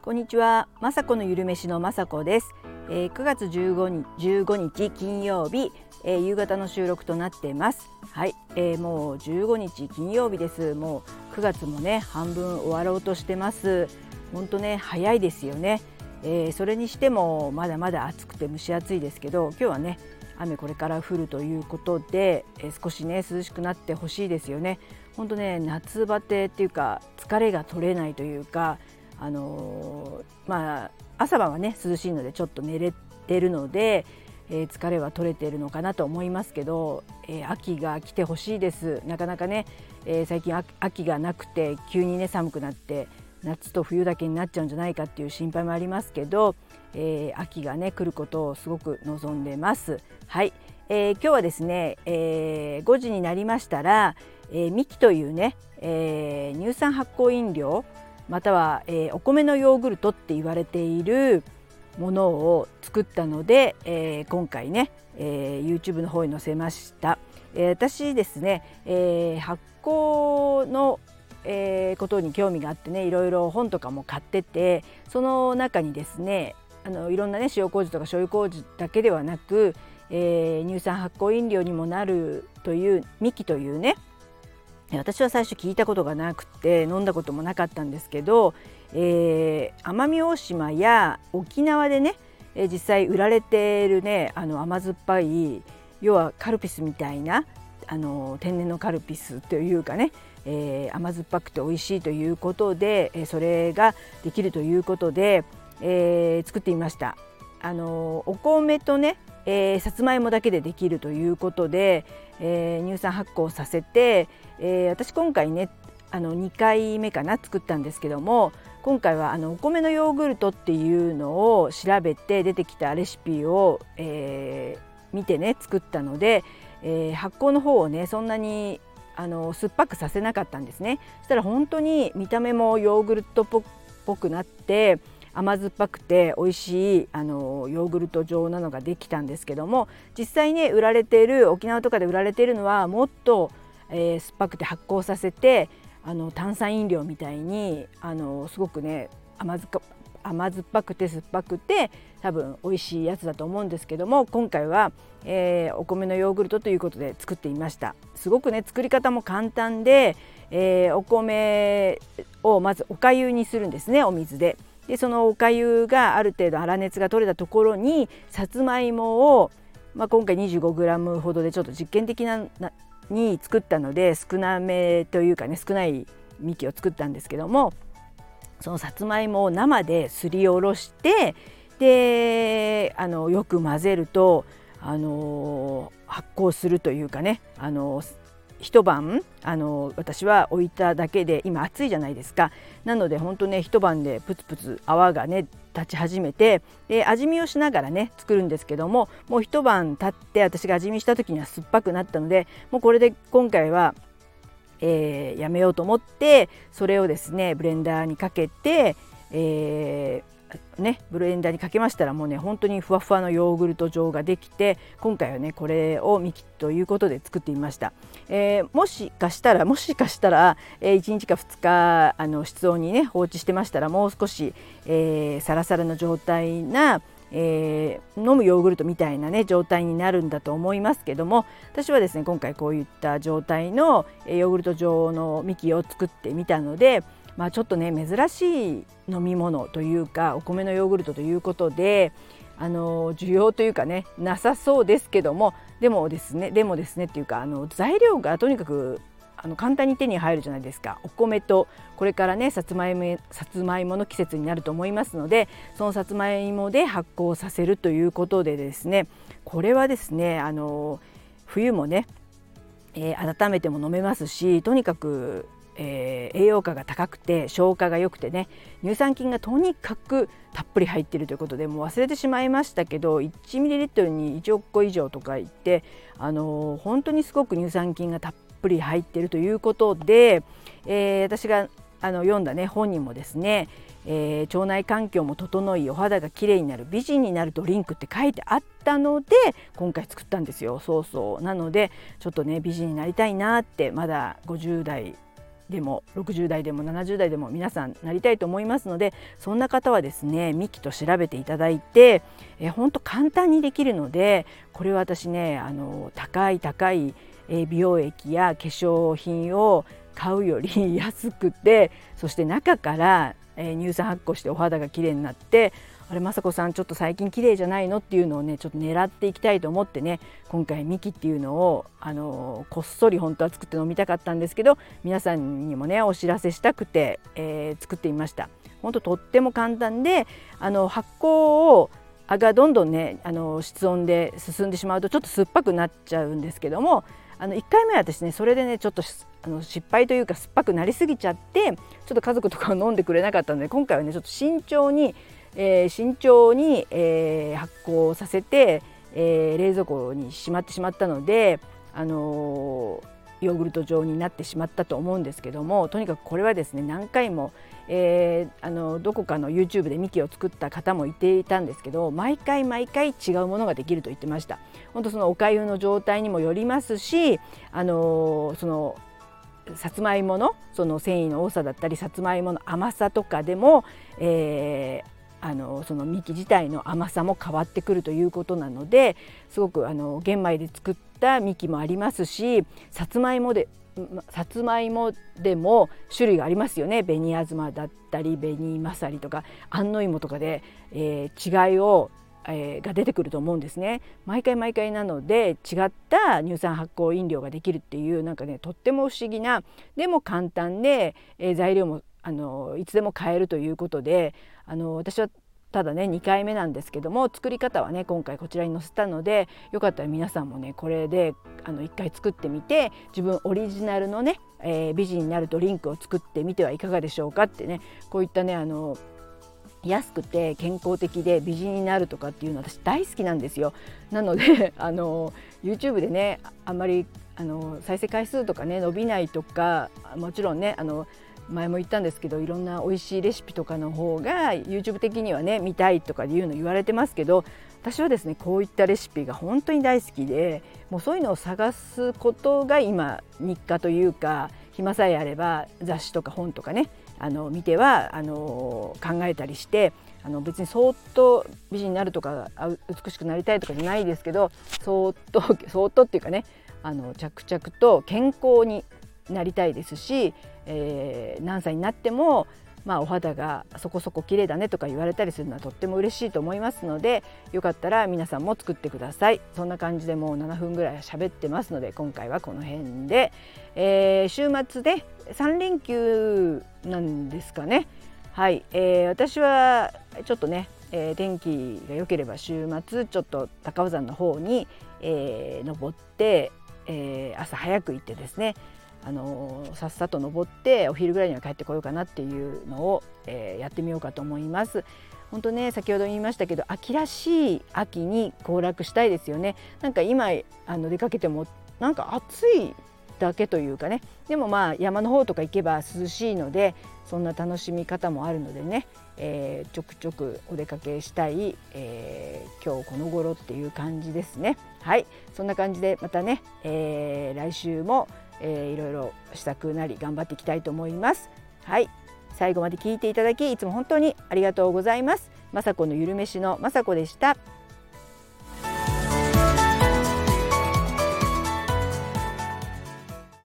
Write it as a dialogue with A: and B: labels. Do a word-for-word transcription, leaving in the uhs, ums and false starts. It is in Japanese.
A: こんにちは、まさこのゆるめしのまさこです。えー、くがつじゅうごにち、じゅうごにち金曜日、えー、夕方の収録となっています。はい、えー、もうじゅうごにち金曜日です。もうくがつもね半分終わろうとしてます。本当ね早いですよね。えー、それにしてもまだまだ暑くて蒸し暑いですけど、今日はね雨これから降るということで、えー、少しね涼しくなってほしいですよね。本当ね夏バテっていうか疲れが取れないというか、あのー、まあ朝晩はね涼しいのでちょっと寝れてるので、えー、疲れは取れているのかなと思いますけど、えー、秋が来てほしいです。なかなかね、えー、最近秋がなくて急にね寒くなって夏と冬だけになっちゃうんじゃないかっていう心配もありますけど、えー、秋がね来ることをすごく望んでます。はい、えー、今日はですね、えー、ごじになりましたら、えー、ミキというね、えー、乳酸発酵飲料または、えー、お米のヨーグルトって言われているものを作ったので、えー、今回ね、えー、YouTube の方に載せました。えー、私ですね、えー、発酵の、えー、ことに興味があってね、いろいろ本とかも買ってて、その中にですねあのいろんなね塩麹とか醤油麹だけではなく、えー、乳酸発酵飲料にもなるというミキというね、私は最初聞いたことがなくて飲んだこともなかったんですけど、えー、奄美大島や沖縄でね、えー、実際売られているねあの甘酸っぱい、要はカルピスみたいなあの天然のカルピスというかね、えー、甘酸っぱくて美味しいということで、えー、それができるということで、えー、作ってみました。あのお米とね、えー、さつまいもだけでできるということで、えー、乳酸発酵させて、えー、私今回ねあのにかいめかな作ったんですけども、今回はあのお米のヨーグルトっていうのを調べて出てきたレシピを、えー、見てね作ったので、えー、発酵の方をねそんなにあの酸っぱくさせなかったんですね。そしたら本当に見た目もヨーグルトっぽくなって甘酸っぱくて美味しいあのヨーグルト状なのができたんですけども、実際ね売られている沖縄とかで売られているのはもっと、えー、酸っぱくて発酵させてあの炭酸飲料みたいにあのすごくね 甘酸甘酸っぱくて酸っぱくて多分美味しいやつだと思うんですけども、今回は、えー、お米のヨーグルトということで作ってみました。すごくね作り方も簡単で、えー、お米をまずお粥にするんですね、お水で。でそのお粥がある程度粗熱が取れたところにさつまいもを、まあ、今回 にじゅうごグラム ほどでちょっと実験的なに作ったので少なめというかね少ないみきを作ったんですけども、そのさつまいもを生ですりおろしてであのよく混ぜるとあの発酵するというかね、あの一晩あの私は置いただけで、今暑いじゃないですか。なので本当ね一晩でプツプツ泡がね立ち始めて、で味見をしながらね作るんですけども、もう一晩経って私が味見した時には酸っぱくなったので、もうこれで今回は、えー、やめようと思って、それをですねブレンダーにかけて、えーね、ブレンダーにかけましたらもうね本当にふわふわのヨーグルト状ができて、今回はねこれをミキということで作ってみました。えー、もしかしたらもしかしたら、えー、いちにちかふつかあの室温にね放置してましたらもう少し、えー、サラサラの状態な、えー、飲むヨーグルトみたいなね状態になるんだと思いますけども、私はですね今回こういった状態のヨーグルト状のミキを作ってみたので、まあ、ちょっとね珍しい飲み物というかお米のヨーグルトということであの需要というかねなさそうですけども、でもですねでもですねっていうかあの材料がとにかくあの簡単に手に入るじゃないですか。お米とこれからねさつまいもさつまいもの季節になると思いますので、そのさつまいもで発酵させるということでですね、これはですねあの冬もね、えー、温めても飲めますし、とにかくえー、栄養価が高くて消化が良くてね、乳酸菌がとにかくたっぷり入っているということで、もう忘れてしまいましたけど いちミリリットル にいちおくこ以上とか言って、あのー、本当にすごく乳酸菌がたっぷり入っているということで、えー、私があの読んだ、ね、本にもですね、えー、腸内環境も整いお肌がきれいになる美人になるドリンクって書いてあったので今回作ったんですよ。そうそうなのでちょっとね美人になりたいなって、まだごじゅう代でもろくじゅう代でもななじゅう代でも皆さんなりたいと思いますので、そんな方はですね幹と調べていただいて、え本当簡単にできるので、これは私ねあの高い高い美容液や化粧品を買うより安くて、そして中から乳酸発酵してお肌がきれいになって、あれ雅子さんちょっと最近綺麗じゃないのっていうのをねちょっと狙っていきたいと思ってね、今回ミキっていうのをあのこっそり本当は作って飲みたかったんですけど、皆さんにもねお知らせしたくて、えー、作ってみました。本当とっても簡単で、あの発酵をがどんどんねあの室温で進んでしまうとちょっと酸っぱくなっちゃうんですけども、あのいっかいめは私ねそれでねちょっとあの失敗というか酸っぱくなりすぎちゃって、ちょっと家族とかは飲んでくれなかったので、今回はねちょっと慎重にえー、慎重に、えー、発酵させて、えー、冷蔵庫にしまってしまったので、あのー、ヨーグルト状になってしまったと思うんですけども、とにかくこれはですね何回も、えー、あのどこかの YouTube でミキを作った方もいていたんですけど、毎回毎回違うものができると言ってました。本当そのお粥の状態にもよりますし、あのー、そのさつまいものその繊維の多さだったり、さつまいもの甘さとかでも、えーあのその幹自体の甘さも変わってくるということなので、すごくあの玄米で作った幹もありますし、さつまいもでさつまいもでも種類がありますよね。紅あずまだったり紅まさりとか安納芋とかで、えー、違いを、えー、が出てくると思うんですね。毎回毎回なので違った乳酸発酵飲料ができるっていう、なんかねとっても不思議な、でも簡単で、えー、材料もあのいつでも買えるということで、あの私はただねにかいめなんですけども、作り方はね今回こちらに載せたので、よかったら皆さんもねこれであのいっかい作ってみて、自分オリジナルのね、えー、美人になるドリンクを作ってみてはいかがでしょうかってね、こういったねあの安くて健康的で美人になるとかっていうの私大好きなんですよ。なのであの YouTube でねあんまりあの再生回数とかね伸びないとか、もちろんねあの前も言ったんですけど、いろんな美味しいレシピとかの方が YouTube 的にはね見たいとかいうの言われてますけど、私はですねこういったレシピが本当に大好きで、もうそういうのを探すことが今日課というか、暇さえあれば雑誌とか本とかねあの見てはあの考えたりして、あの別にそーっと美人になるとか美しくなりたいとかじゃないですけど、そーっとそーっとっていうかねあの着々と健康になりたいですし、えー、何歳になっても、まあ、お肌がそこそこ綺麗だねとか言われたりするのはとっても嬉しいと思いますので、よかったら皆さんも作ってください。そんな感じでもうななふんぐらい喋ってますので、今回はこの辺で、えー、週末でさん連休なんですかね。はい、えー、私はちょっとね、えー、天気が良ければ週末ちょっと高尾山の方に、えー、登って、えー、朝早く行ってですね、あのー、さっさと登ってお昼ぐらいには帰ってこようかなっていうのを、えー、やってみようかと思います。本当ね先ほど言いましたけど、秋らしい秋に行楽したいですよね。なんか今あの出かけてもなんか暑いだけというかね、でもまあ山の方とか行けば涼しいので、そんな楽しみ方もあるのでね、えー、ちょくちょくお出かけしたい、えー、今日この頃っていう感じですね。はい、そんな感じでまたね、えー、来週も、えー、いろいろ支度なり頑張っていきたいと思います。はい、最後まで聞いていただきいつも本当にありがとうございます。雅子のゆるめしの雅子でした。